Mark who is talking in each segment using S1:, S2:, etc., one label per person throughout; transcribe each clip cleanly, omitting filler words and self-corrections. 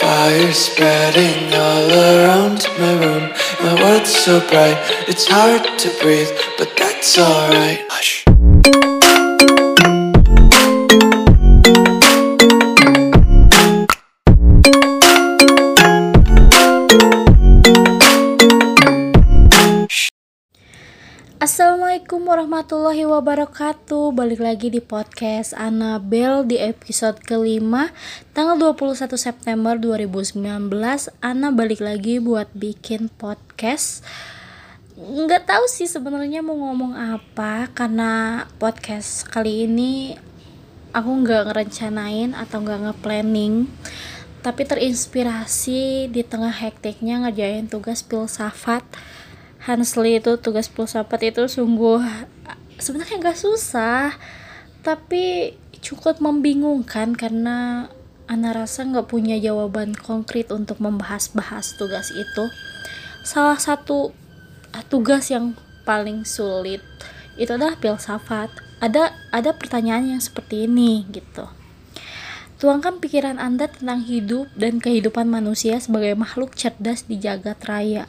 S1: Fire spreading all around my room. My world's so bright, it's hard to breathe, but that's alright. Hush.
S2: Assalamualaikum warahmatullahi wabarakatuh. Balik lagi di podcast Annabel di episode kelima, tanggal 21 September 2019. Ana balik lagi buat bikin podcast. Nggak tahu sih sebenarnya mau ngomong apa, karena podcast kali ini aku nggak ngerencanain atau nggak nge-planning, tapi terinspirasi di tengah hektiknya ngerjain tugas filsafat. Honestly, itu tugas filsafat itu sungguh sebenarnya gak susah, tapi cukup membingungkan karena Ana rasa gak punya jawaban konkret untuk membahas tugas itu. Salah satu tugas yang paling sulit itu adalah filsafat. Ada pertanyaan yang seperti ini gitu. Tuangkan pikiran Anda tentang hidup dan kehidupan manusia sebagai makhluk cerdas di jagat raya.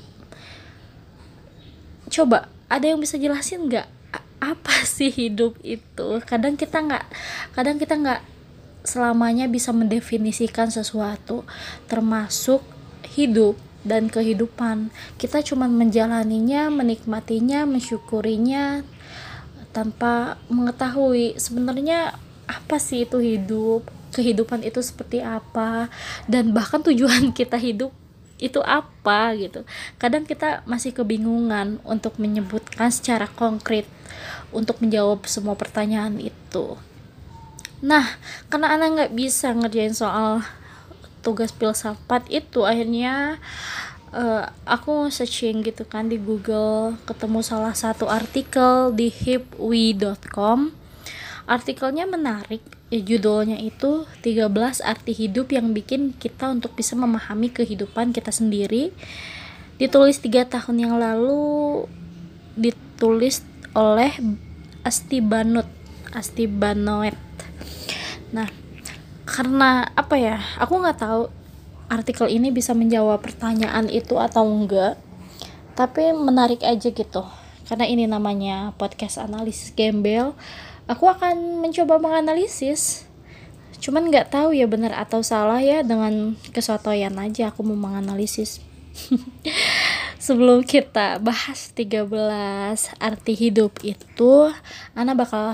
S2: Coba, ada yang bisa jelasin nggak apa sih hidup itu? Kadang kita nggak selamanya bisa mendefinisikan sesuatu, termasuk hidup dan kehidupan. Kita cuma menjalaninya, menikmatinya, mensyukurinya tanpa mengetahui sebenarnya apa sih itu hidup, kehidupan itu seperti apa, dan bahkan tujuan kita hidup itu apa gitu. Kadang kita masih kebingungan untuk menyebutkan secara konkret untuk menjawab semua pertanyaan itu. Nah, karena Ana nggak bisa ngerjain soal tugas filsafat itu, akhirnya aku searching gitu kan di Google, ketemu salah satu artikel di hipwi.com. Artikelnya menarik, judulnya itu 13 arti hidup yang bikin kita untuk bisa memahami kehidupan kita sendiri. Ditulis 3 tahun yang lalu, ditulis oleh Asti Banoet. Nah, karena apa ya, aku nggak tahu artikel ini bisa menjawab pertanyaan itu atau enggak, tapi menarik aja gitu. Karena ini namanya podcast analisis gembel, aku akan mencoba menganalisis. Cuman nggak tahu ya benar atau salah ya, dengan kesotoyan aja aku mau menganalisis. Sebelum kita bahas 13 arti hidup itu, Ana bakal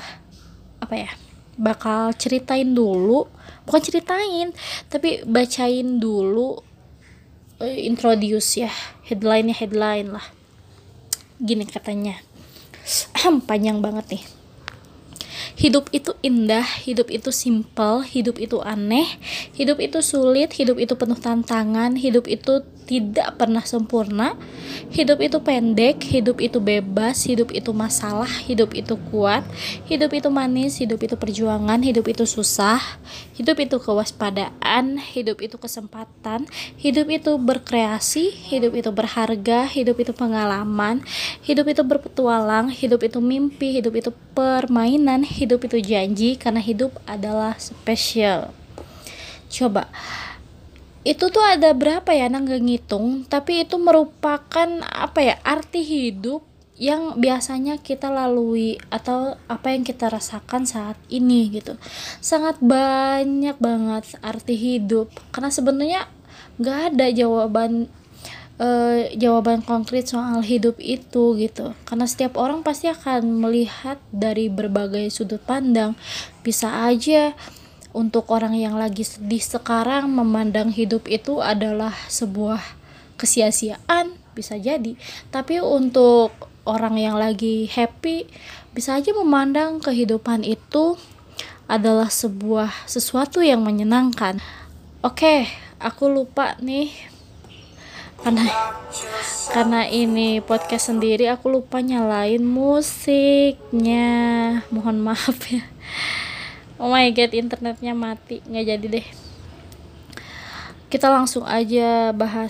S2: ceritain dulu, bukan ceritain, tapi bacain dulu introduce ya, headline lah. Gini katanya. Panjang banget nih. Hidup itu indah, hidup itu simpel, hidup itu aneh, hidup itu sulit, hidup itu penuh tantangan, hidup itu tidak pernah sempurna, hidup itu pendek, hidup itu bebas, hidup itu masalah, hidup itu kuat, hidup itu manis, hidup itu perjuangan, hidup itu susah, hidup itu kewaspadaan, hidup itu kesempatan, hidup itu berkreasi, hidup itu berharga, hidup itu pengalaman, hidup itu berpetualang, hidup itu mimpi, hidup itu permainan, hidup itu janji, karena hidup adalah spesial. Coba, itu tuh ada berapa ya, nggak ngitung, tapi itu merupakan arti hidup yang biasanya kita lalui atau apa yang kita rasakan saat ini gitu. Sangat banyak banget arti hidup, karena sebenarnya nggak ada jawaban konkret soal hidup itu gitu, karena setiap orang pasti akan melihat dari berbagai sudut pandang. Bisa aja untuk orang yang lagi sedih sekarang memandang hidup itu adalah sebuah kesia-siaan, bisa jadi. Tapi untuk orang yang lagi happy, bisa aja memandang kehidupan itu adalah sesuatu yang menyenangkan. Oke, aku lupa nih, karena ini podcast sendiri, aku lupa nyalain musiknya, mohon maaf ya. Oh my god, internetnya mati, nggak jadi deh. Kita langsung aja bahas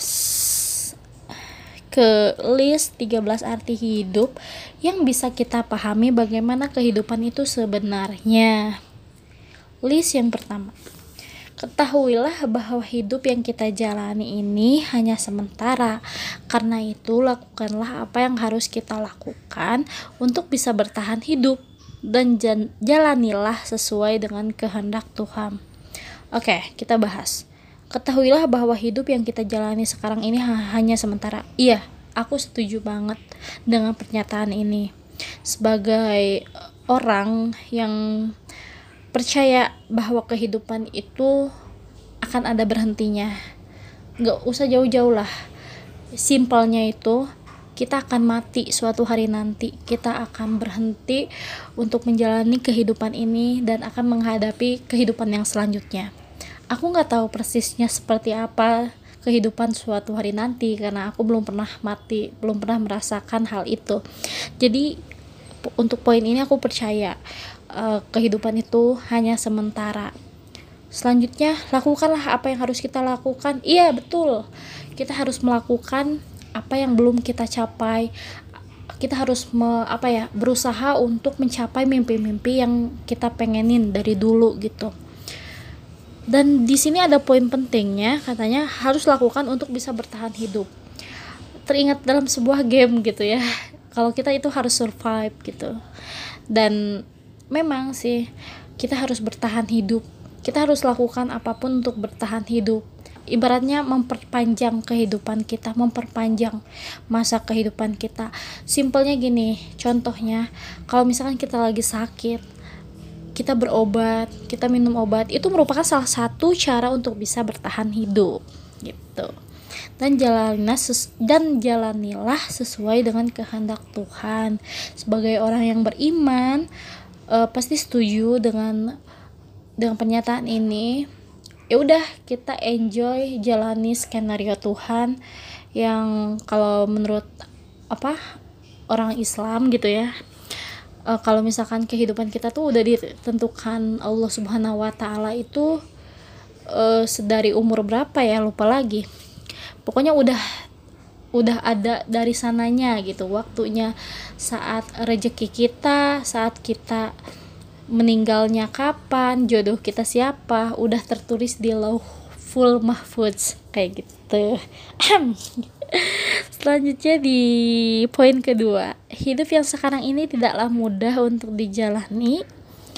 S2: ke list 13 arti hidup yang bisa kita pahami bagaimana kehidupan itu sebenarnya. List yang pertama, Ketahuilah bahwa hidup yang kita jalani ini hanya sementara. Karena itu, lakukanlah apa yang harus kita lakukan untuk bisa bertahan hidup, dan jalanilah sesuai dengan kehendak Tuhan. Oke, kita bahas. Ketahuilah bahwa hidup yang kita jalani sekarang ini hanya sementara. Iya, aku setuju banget dengan pernyataan ini. Sebagai orang yang percaya bahwa kehidupan itu akan ada berhentinya, gak usah jauh-jauh lah, simpelnya itu kita akan mati suatu hari nanti. Kita akan berhenti untuk menjalani kehidupan ini dan akan menghadapi kehidupan yang selanjutnya. Aku gak tahu persisnya seperti apa kehidupan suatu hari nanti, karena aku belum pernah mati, belum pernah merasakan hal itu. Jadi untuk poin ini aku percaya kehidupan itu hanya sementara. Selanjutnya, lakukanlah apa yang harus kita lakukan. Iya, betul, kita harus melakukan apa yang belum kita capai. Kita harus berusaha untuk mencapai mimpi-mimpi yang kita pengenin dari dulu gitu. Dan di sini ada poin pentingnya, katanya harus lakukan untuk bisa bertahan hidup. Teringat dalam sebuah game gitu ya, kalau kita itu harus survive gitu. Dan memang sih kita harus bertahan hidup, kita harus lakukan apapun untuk bertahan hidup. Ibaratnya memperpanjang kehidupan kita, memperpanjang masa kehidupan kita. Simpelnya gini, contohnya kalau misalkan kita lagi sakit, kita berobat, kita minum obat, itu merupakan salah satu cara untuk bisa bertahan hidup gitu. Dan jalanilah sesuai dengan kehendak Tuhan. Sebagai orang yang beriman, pasti setuju dengan pernyataan ini. Ya udah, kita enjoy jalani skenario Tuhan yang kalau menurut orang Islam gitu ya, kalau misalkan kehidupan kita tuh udah ditentukan Allah Subhanahu wa Ta'ala itu sedari umur berapa ya, lupa lagi, pokoknya udah ada dari sananya gitu waktunya, saat rezeki kita, saat kita meninggalnya kapan, jodoh kita siapa, udah tertulis di Lauhul Mahfuz kayak gitu. Selanjutnya di poin kedua, hidup yang sekarang ini tidaklah mudah untuk dijalani,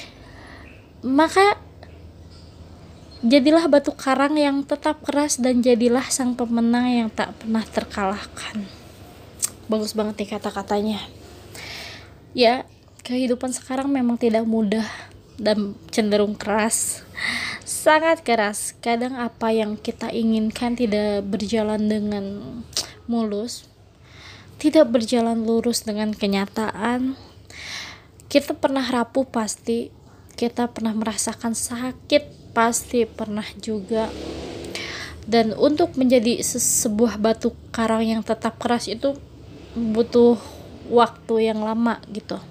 S2: maka jadilah batu karang yang tetap keras dan jadilah sang pemenang yang tak pernah terkalahkan. Bagus banget nih kata-katanya. Ya, kehidupan sekarang memang tidak mudah dan cenderung keras, sangat keras. Kadang apa yang kita inginkan tidak berjalan dengan mulus, tidak berjalan lurus dengan kenyataan. Kita pernah rapuh pasti, kita pernah merasakan sakit pasti pernah juga. Dan untuk menjadi sebuah batu karang yang tetap keras itu butuh waktu yang lama gitu.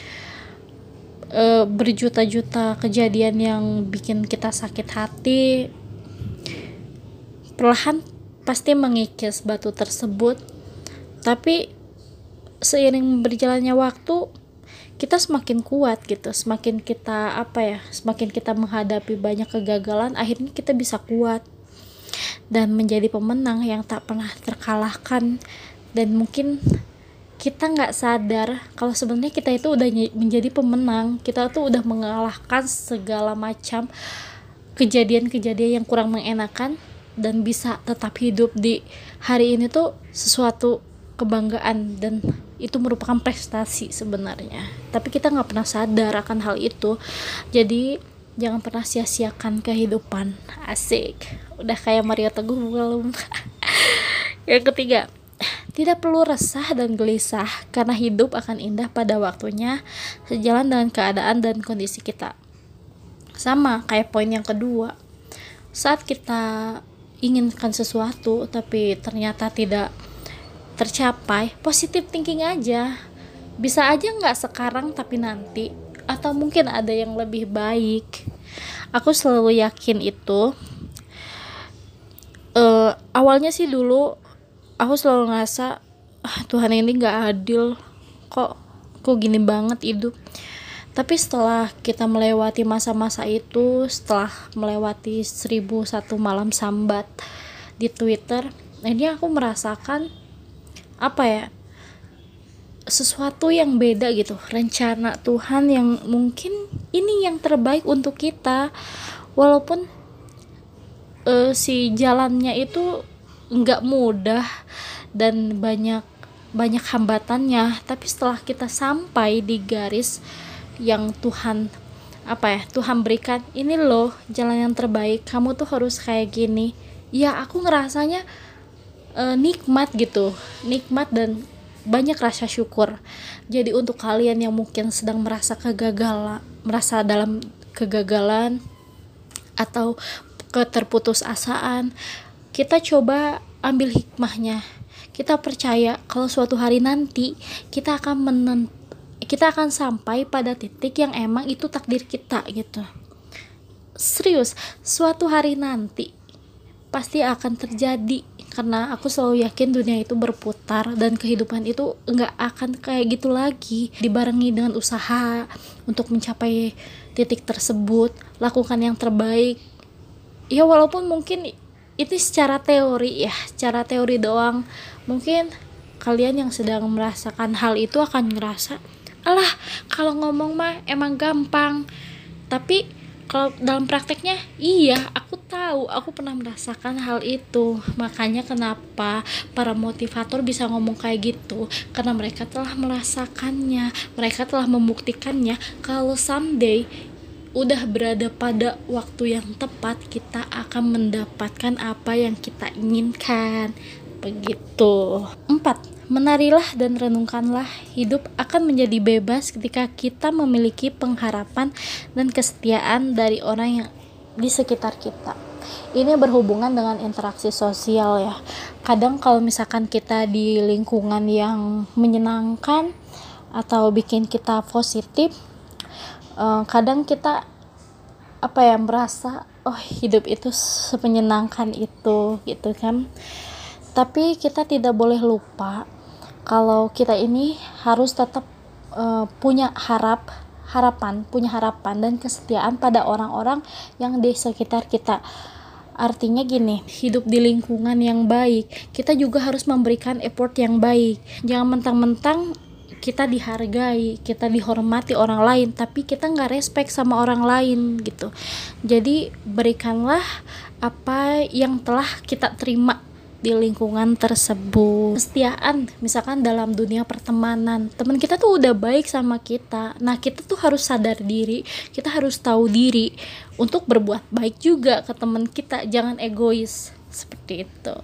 S2: Berjuta-juta kejadian yang bikin kita sakit hati perlahan pasti mengikis batu tersebut. Tapi seiring berjalannya waktu, kita semakin kuat gitu, semakin kita menghadapi banyak kegagalan, akhirnya kita bisa kuat dan menjadi pemenang yang tak pernah terkalahkan. Dan mungkin kita nggak sadar kalau sebenarnya kita itu udah menjadi pemenang, kita tuh udah mengalahkan segala macam kejadian-kejadian yang kurang mengenakan, dan bisa tetap hidup di hari ini tuh sesuatu kebanggaan, dan itu merupakan prestasi sebenarnya. Tapi kita nggak pernah sadar akan hal itu. Jadi jangan pernah sia-siakan kehidupan. Asik, udah kayak Mario Teguh belum? Yang ketiga, tidak perlu resah dan gelisah, karena hidup akan indah pada waktunya, sejalan dengan keadaan dan kondisi kita. Sama kayak poin yang kedua, saat kita inginkan sesuatu tapi ternyata tidak tercapai, positive thinking aja. Bisa aja nggak sekarang tapi nanti, atau mungkin ada yang lebih baik. Aku selalu yakin itu. Awalnya sih dulu aku selalu ngerasa Tuhan ini nggak adil, kok gini banget hidup. Tapi setelah kita melewati masa-masa itu, setelah melewati 1001 malam sambat di Twitter, ini aku merasakan apa ya, sesuatu yang beda gitu, rencana Tuhan yang mungkin ini yang terbaik untuk kita, walaupun si jalannya itu nggak mudah dan banyak hambatannya, tapi setelah kita sampai di garis yang Tuhan berikan, ini loh jalan yang terbaik, kamu tuh harus kayak gini, ya aku ngerasanya nikmat gitu, nikmat dan banyak rasa syukur. Jadi untuk kalian yang mungkin sedang merasa dalam kegagalan atau keterputusasaan, kita coba ambil hikmahnya. Kita percaya kalau suatu hari nanti kita akan sampai pada titik yang emang itu takdir kita gitu. Serius, suatu hari nanti pasti akan terjadi, karena aku selalu yakin dunia itu berputar dan kehidupan itu nggak akan kayak gitu lagi. Dibarengi dengan usaha untuk mencapai titik tersebut, lakukan yang terbaik. Ya walaupun mungkin itu secara teori doang, mungkin kalian yang sedang merasakan hal itu akan ngerasa, alah kalau ngomong mah emang gampang, tapi kalau dalam prakteknya, iya aku tahu, aku pernah merasakan hal itu. Makanya kenapa para motivator bisa ngomong kayak gitu, karena mereka telah merasakannya, mereka telah membuktikannya kalau someday udah berada pada waktu yang tepat, kita akan mendapatkan apa yang kita inginkan. Begitu. 4. Menarilah dan renungkanlah, hidup akan menjadi bebas ketika kita memiliki pengharapan dan kesetiaan dari orang yang di sekitar kita. Ini berhubungan dengan interaksi sosial ya. Kadang kalau misalkan kita di lingkungan yang menyenangkan atau bikin kita positif, kadang kita merasa hidup itu semenyenangkan itu gitu kan. Tapi kita tidak boleh lupa kalau kita ini harus tetap punya harapan dan kesetiaan pada orang-orang yang di sekitar kita. Artinya gini, hidup di lingkungan yang baik, kita juga harus memberikan effort yang baik. Jangan mentang-mentang kita dihargai, kita dihormati orang lain, tapi kita nggak respect sama orang lain gitu. Jadi berikanlah apa yang telah kita terima di lingkungan tersebut. Kesetiaan, misalkan dalam dunia pertemanan, teman kita tuh udah baik sama kita, nah kita tuh harus sadar diri, kita harus tahu diri untuk berbuat baik juga ke teman kita, jangan egois seperti itu.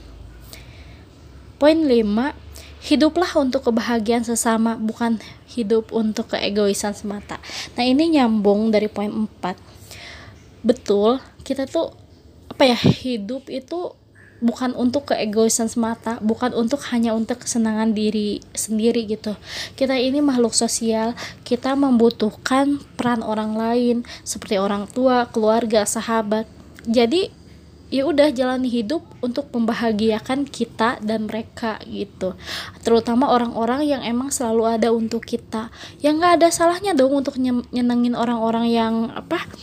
S2: Poin 5, hiduplah untuk kebahagiaan sesama, bukan hidup untuk keegoisan semata. Nah ini nyambung dari poin 4. Betul, kita tuh hidup itu bukan untuk keegoisan semata, bukan hanya untuk kesenangan diri sendiri gitu. Kita ini makhluk sosial, kita membutuhkan peran orang lain seperti orang tua, keluarga, sahabat. Jadi ya udah, jalani hidup untuk membahagiakan kita dan mereka gitu. Terutama orang-orang yang emang selalu ada untuk kita. Ya nggak ada salahnya dong untuk nyenengin orang-orang yang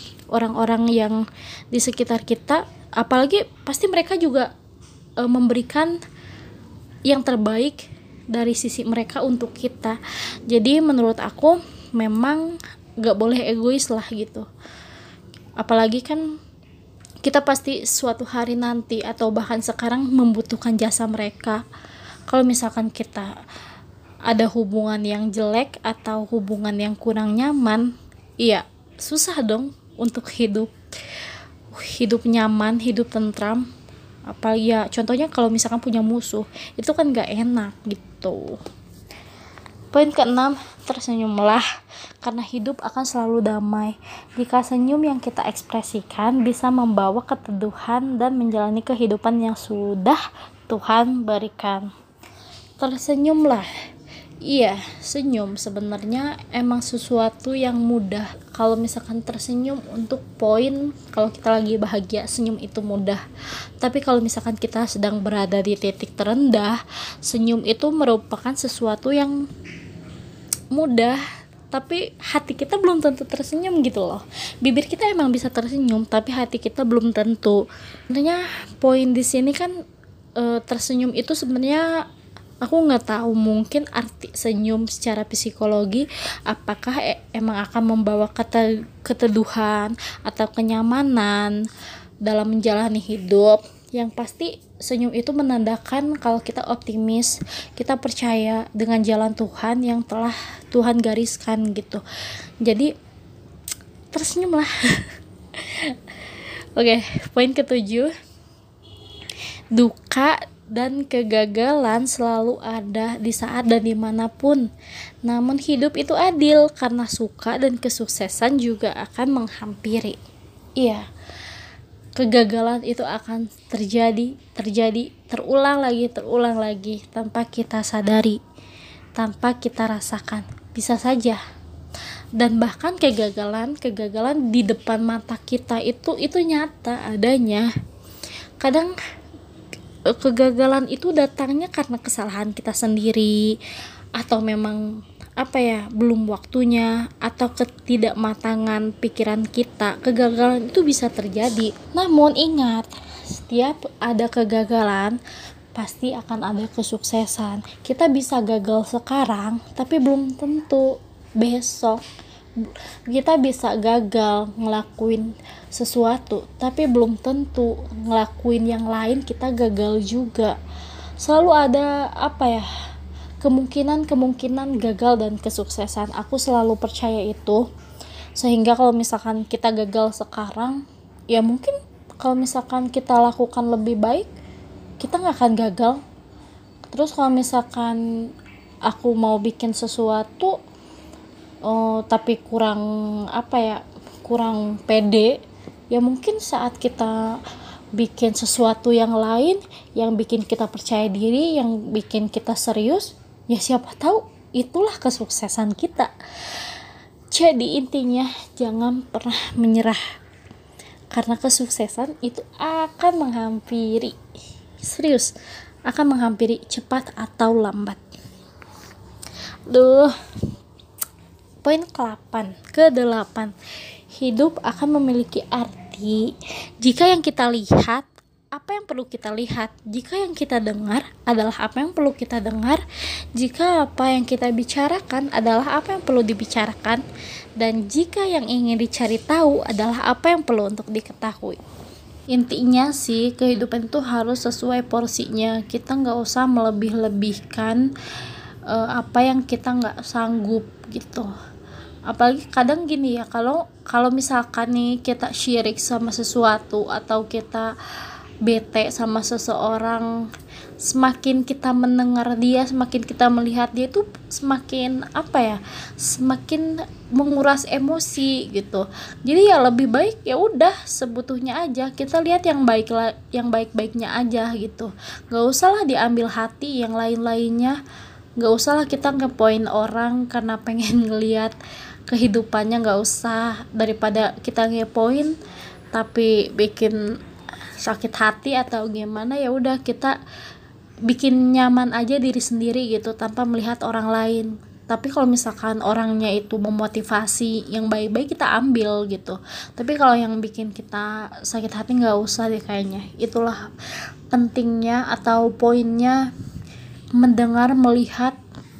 S2: di sekitar kita. Apalagi pasti mereka juga memberikan yang terbaik dari sisi mereka untuk kita. Jadi menurut aku memang gak boleh egois lah gitu. Apalagi kan kita pasti suatu hari nanti atau bahkan sekarang membutuhkan jasa mereka. Kalau misalkan kita ada hubungan yang jelek atau hubungan yang kurang nyaman, iya susah dong untuk hidup nyaman, hidup tentram. Contohnya kalau misalkan punya musuh, itu kan gak enak gitu. Poin ke-6, tersenyumlah, karena hidup akan selalu damai. Jika senyum yang kita ekspresikan bisa membawa keteduhan dan menjalani kehidupan yang sudah Tuhan berikan. Tersenyumlah. Iya, senyum sebenarnya emang sesuatu yang mudah. Kalau misalkan tersenyum untuk poin, kalau kita lagi bahagia, senyum itu mudah. Tapi kalau misalkan kita sedang berada di titik terendah, senyum itu merupakan sesuatu yang mudah, tapi hati kita belum tentu tersenyum gitu loh. Bibir kita emang bisa tersenyum, tapi hati kita belum tentu. Sebenarnya poin di sini kan tersenyum itu sebenarnya aku nggak tahu, mungkin arti senyum secara psikologi apakah emang akan membawa keteduhan atau kenyamanan dalam menjalani hidup. Yang pasti senyum itu menandakan kalau kita optimis, kita percaya dengan jalan Tuhan yang telah Tuhan gariskan gitu. Jadi tersenyumlah. Oke, poin ketujuh, duka dan kegagalan selalu ada di saat dan dimanapun. Namun hidup itu adil karena suka dan kesuksesan juga akan menghampiri. Iya, kegagalan itu akan terjadi, terulang lagi tanpa kita sadari, tanpa kita rasakan. Bisa saja. Dan bahkan kegagalan di depan mata kita itu nyata adanya. Kadang kegagalan itu datangnya karena kesalahan kita sendiri, atau memang belum waktunya, atau ketidakmatangan pikiran kita. Kegagalan itu bisa terjadi. Namun ingat, setiap ada kegagalan pasti akan ada kesuksesan. Kita bisa gagal sekarang, tapi belum tentu besok. Kita bisa gagal ngelakuin sesuatu, tapi belum tentu ngelakuin yang lain kita gagal juga. Selalu ada kemungkinan gagal dan kesuksesan. Aku selalu percaya itu. Sehingga kalau misalkan kita gagal sekarang, ya mungkin kalau misalkan kita lakukan lebih baik, kita gak akan gagal. Terus kalau misalkan aku mau bikin sesuatu tapi kurang pede, ya mungkin saat kita bikin sesuatu yang lain yang bikin kita percaya diri, yang bikin kita serius, ya siapa tahu itulah kesuksesan kita. Jadi intinya jangan pernah menyerah, karena kesuksesan itu akan menghampiri, serius akan menghampiri cepat atau lambat. Poin ke-8, hidup akan memiliki arti jika yang kita lihat apa yang perlu kita lihat, jika yang kita dengar adalah apa yang perlu kita dengar, jika apa yang kita bicarakan adalah apa yang perlu dibicarakan, dan jika yang ingin dicari tahu adalah apa yang perlu untuk diketahui. Intinya sih, kehidupan itu harus sesuai porsinya. Kita nggak usah melebih-lebihkan apa yang kita nggak sanggup gitu. Apalagi kadang gini ya, kalau misalkan nih kita syirik sama sesuatu atau kita bete sama seseorang, semakin kita mendengar dia, semakin kita melihat dia itu semakin semakin menguras emosi gitu. Jadi ya lebih baik ya udah sebutuhnya aja, kita lihat yang baik-baiknya aja gitu. Gak usahlah diambil hati yang lain-lainnya. Gak usahlah kita ngepoin orang karena pengen ngelihat kehidupannya, gak usah. Daripada kita ngepoin tapi bikin sakit hati atau gimana, ya udah kita bikin nyaman aja diri sendiri gitu tanpa melihat orang lain. Tapi kalau misalkan orangnya itu memotivasi yang baik-baik, kita ambil gitu. Tapi kalau yang bikin kita sakit hati nggak usah deh kayaknya. Itulah pentingnya atau poinnya mendengar, melihat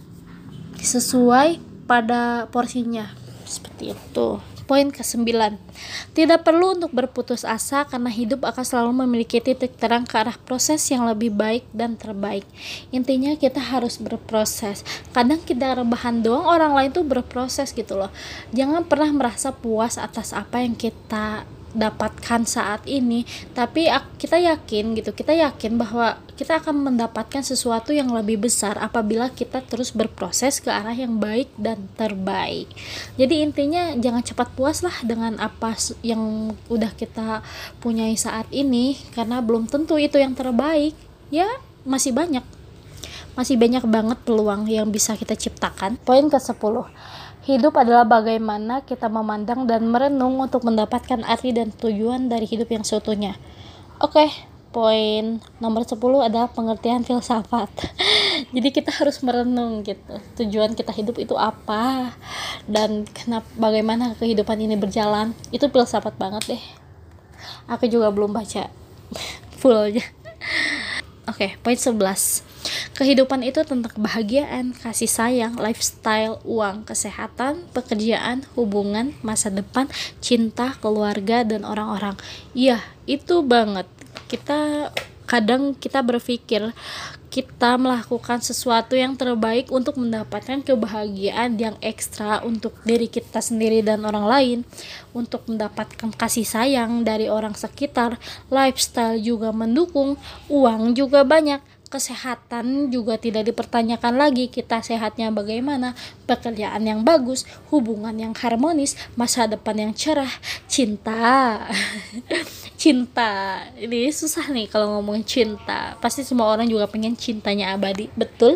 S2: sesuai pada porsinya, seperti itu. Poin ke-9, tidak perlu untuk berputus asa karena hidup akan selalu memiliki titik terang ke arah proses yang lebih baik dan terbaik. Intinya kita harus berproses. Kadang kita rebahan doang, orang lain tuh berproses gitu loh. Jangan pernah merasa puas atas apa yang kita dapatkan saat ini, tapi kita yakin bahwa kita akan mendapatkan sesuatu yang lebih besar apabila kita terus berproses ke arah yang baik dan terbaik. Jadi intinya jangan cepat puas lah dengan apa yang udah kita punyai saat ini, karena belum tentu itu yang terbaik. Ya masih banyak banget peluang yang bisa kita ciptakan. Poin ke-10, hidup adalah bagaimana kita memandang dan merenung untuk mendapatkan arti dan tujuan dari hidup yang seutuhnya. Oke, poin nomor 10 adalah pengertian filsafat. Jadi kita harus merenung gitu, tujuan kita hidup itu apa, dan kenapa, bagaimana kehidupan ini berjalan. Itu filsafat banget deh. Aku juga belum baca fullnya. Oke, poin 11. Kehidupan itu tentang kebahagiaan, kasih sayang, lifestyle, uang, kesehatan, pekerjaan, hubungan, masa depan, cinta, keluarga, dan orang-orang. Iya, itu banget. Kadang kita berpikir kita melakukan sesuatu yang terbaik untuk mendapatkan kebahagiaan yang ekstra untuk diri kita sendiri dan orang lain, untuk mendapatkan kasih sayang dari orang sekitar, lifestyle juga mendukung, uang juga banyak, kesehatan juga tidak dipertanyakan lagi, kita sehatnya bagaimana, pekerjaan yang bagus, hubungan yang harmonis, masa depan yang cerah, cinta. Cinta ini susah nih kalau ngomong cinta, pasti semua orang juga pengen cintanya abadi. Betul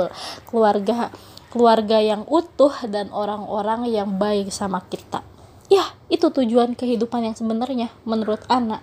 S2: keluarga yang utuh dan orang-orang yang baik sama kita. Ya, itu tujuan kehidupan yang sebenarnya menurut anak.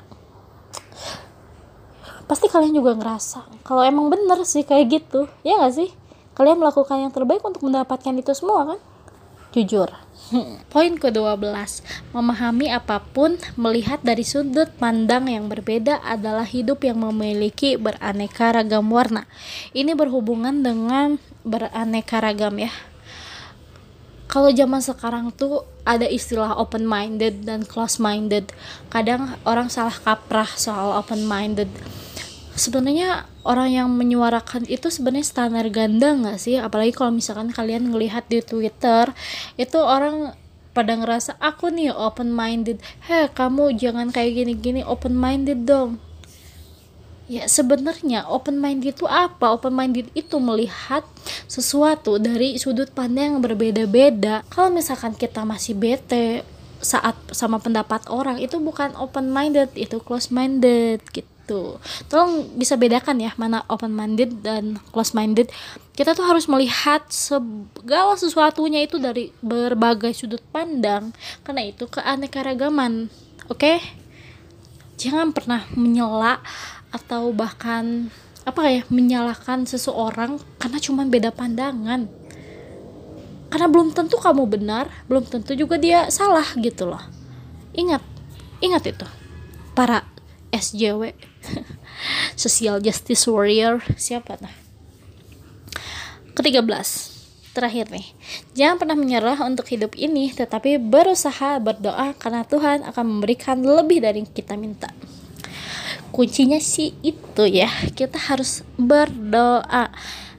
S2: Pasti kalian juga ngerasa kalau emang bener sih kayak gitu, ya gak sih? Kalian melakukan yang terbaik untuk mendapatkan itu semua kan? Jujur. Poin ke-12, memahami apapun, melihat dari sudut pandang yang berbeda adalah hidup yang memiliki beraneka ragam warna. Ini berhubungan dengan beraneka ragam ya. Kalau zaman sekarang tuh ada istilah open minded dan close minded. Kadang orang salah kaprah soal open minded. Sebenarnya orang yang menyuarakan itu sebenarnya standar ganda nggak sih? Apalagi kalau misalkan kalian ngelihat di Twitter, itu orang pada ngerasa aku nih open minded. Kamu jangan kayak gini-gini, open minded dong. Ya sebenarnya open minded itu apa? Open minded itu melihat sesuatu dari sudut pandang yang berbeda-beda. Kalau misalkan kita masih bete saat sama pendapat orang, itu bukan open minded, itu close minded gitu. Tolong bisa bedakan ya mana open minded dan close minded. Kita tuh harus melihat segala sesuatunya itu dari berbagai sudut pandang, karena itu keanekaragaman. Oke? Jangan pernah menyela atau bahkan menyalahkan seseorang karena cuma beda pandangan. Karena belum tentu kamu benar, belum tentu juga dia salah gitu loh. Ingat itu. Para SJW Social Justice Warrior, siapa nah? Ke-13, terakhir nih, jangan pernah menyerah untuk hidup ini, tetapi berusaha berdoa karena Tuhan akan memberikan lebih dari yang kita minta. Kuncinya sih itu ya, kita harus berdoa.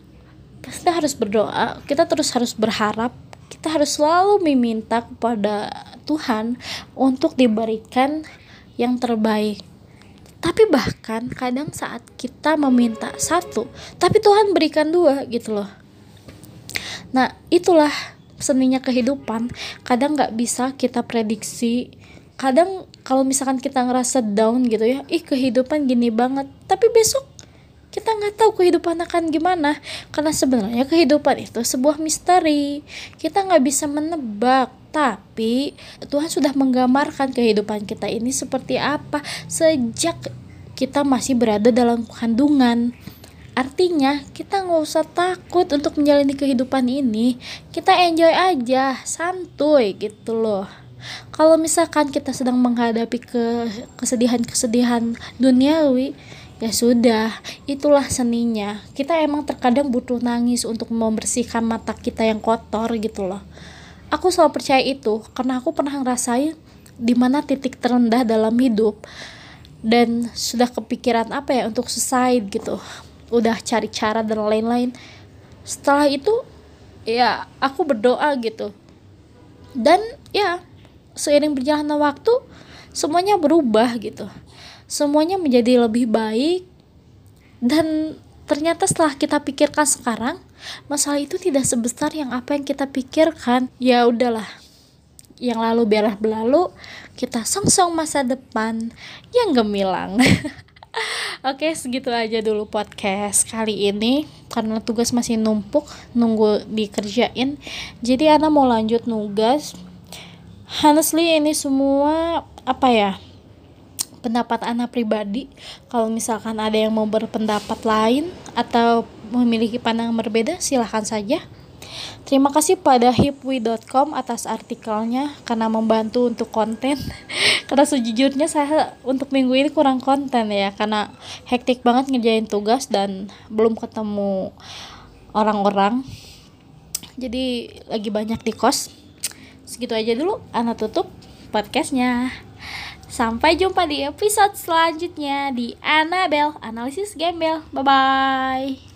S2: Kita terus harus berharap, kita harus selalu meminta kepada Tuhan untuk diberikan yang terbaik. Tapi bahkan kadang saat kita meminta satu, tapi Tuhan berikan dua gitu loh. Nah itulah seninya kehidupan. Kadang gak bisa kita prediksi. Kadang kalau misalkan kita ngerasa down gitu ya, kehidupan gini banget, tapi besok kita gak tahu kehidupan akan gimana. Karena sebenarnya kehidupan itu sebuah misteri, kita gak bisa menebak. Tapi Tuhan sudah menggambarkan kehidupan kita ini seperti apa sejak kita masih berada dalam kandungan. Artinya kita gak usah takut untuk menjalani kehidupan ini. Kita enjoy aja, santuy gitu loh. Kalau misalkan kita sedang menghadapi kesedihan-kesedihan duniawi, ya sudah, itulah seninya. Kita emang terkadang butuh nangis untuk membersihkan mata kita yang kotor gitu loh. Aku selalu percaya itu karena aku pernah ngerasain dimana titik terendah dalam hidup dan sudah kepikiran untuk suicide gitu, udah cari cara dan lain-lain. Setelah itu ya aku berdoa gitu, dan ya seiring berjalannya waktu semuanya berubah gitu, semuanya menjadi lebih baik. Dan ternyata setelah kita pikirkan sekarang, masalah itu tidak sebesar yang kita pikirkan. Ya udahlah, yang lalu biarlah berlalu, kita songsong masa depan yang gemilang. Oke, segitu aja dulu podcast kali ini karena tugas masih numpuk nunggu dikerjain. Jadi Ana mau lanjut nugas. Honestly ini semua pendapat Ana pribadi. Kalau misalkan ada yang mau berpendapat lain atau memiliki pandangan berbeda, silahkan saja. Terima kasih pada hipwi.com atas artikelnya karena membantu untuk konten. Karena sejujurnya saya untuk minggu ini kurang konten ya, karena hektik banget ngerjain tugas dan belum ketemu orang-orang. Jadi lagi banyak di kos. Segitu aja dulu, Ana tutup podcastnya. Sampai jumpa di episode selanjutnya di Annabelle Analisis Gembel. Bye-bye.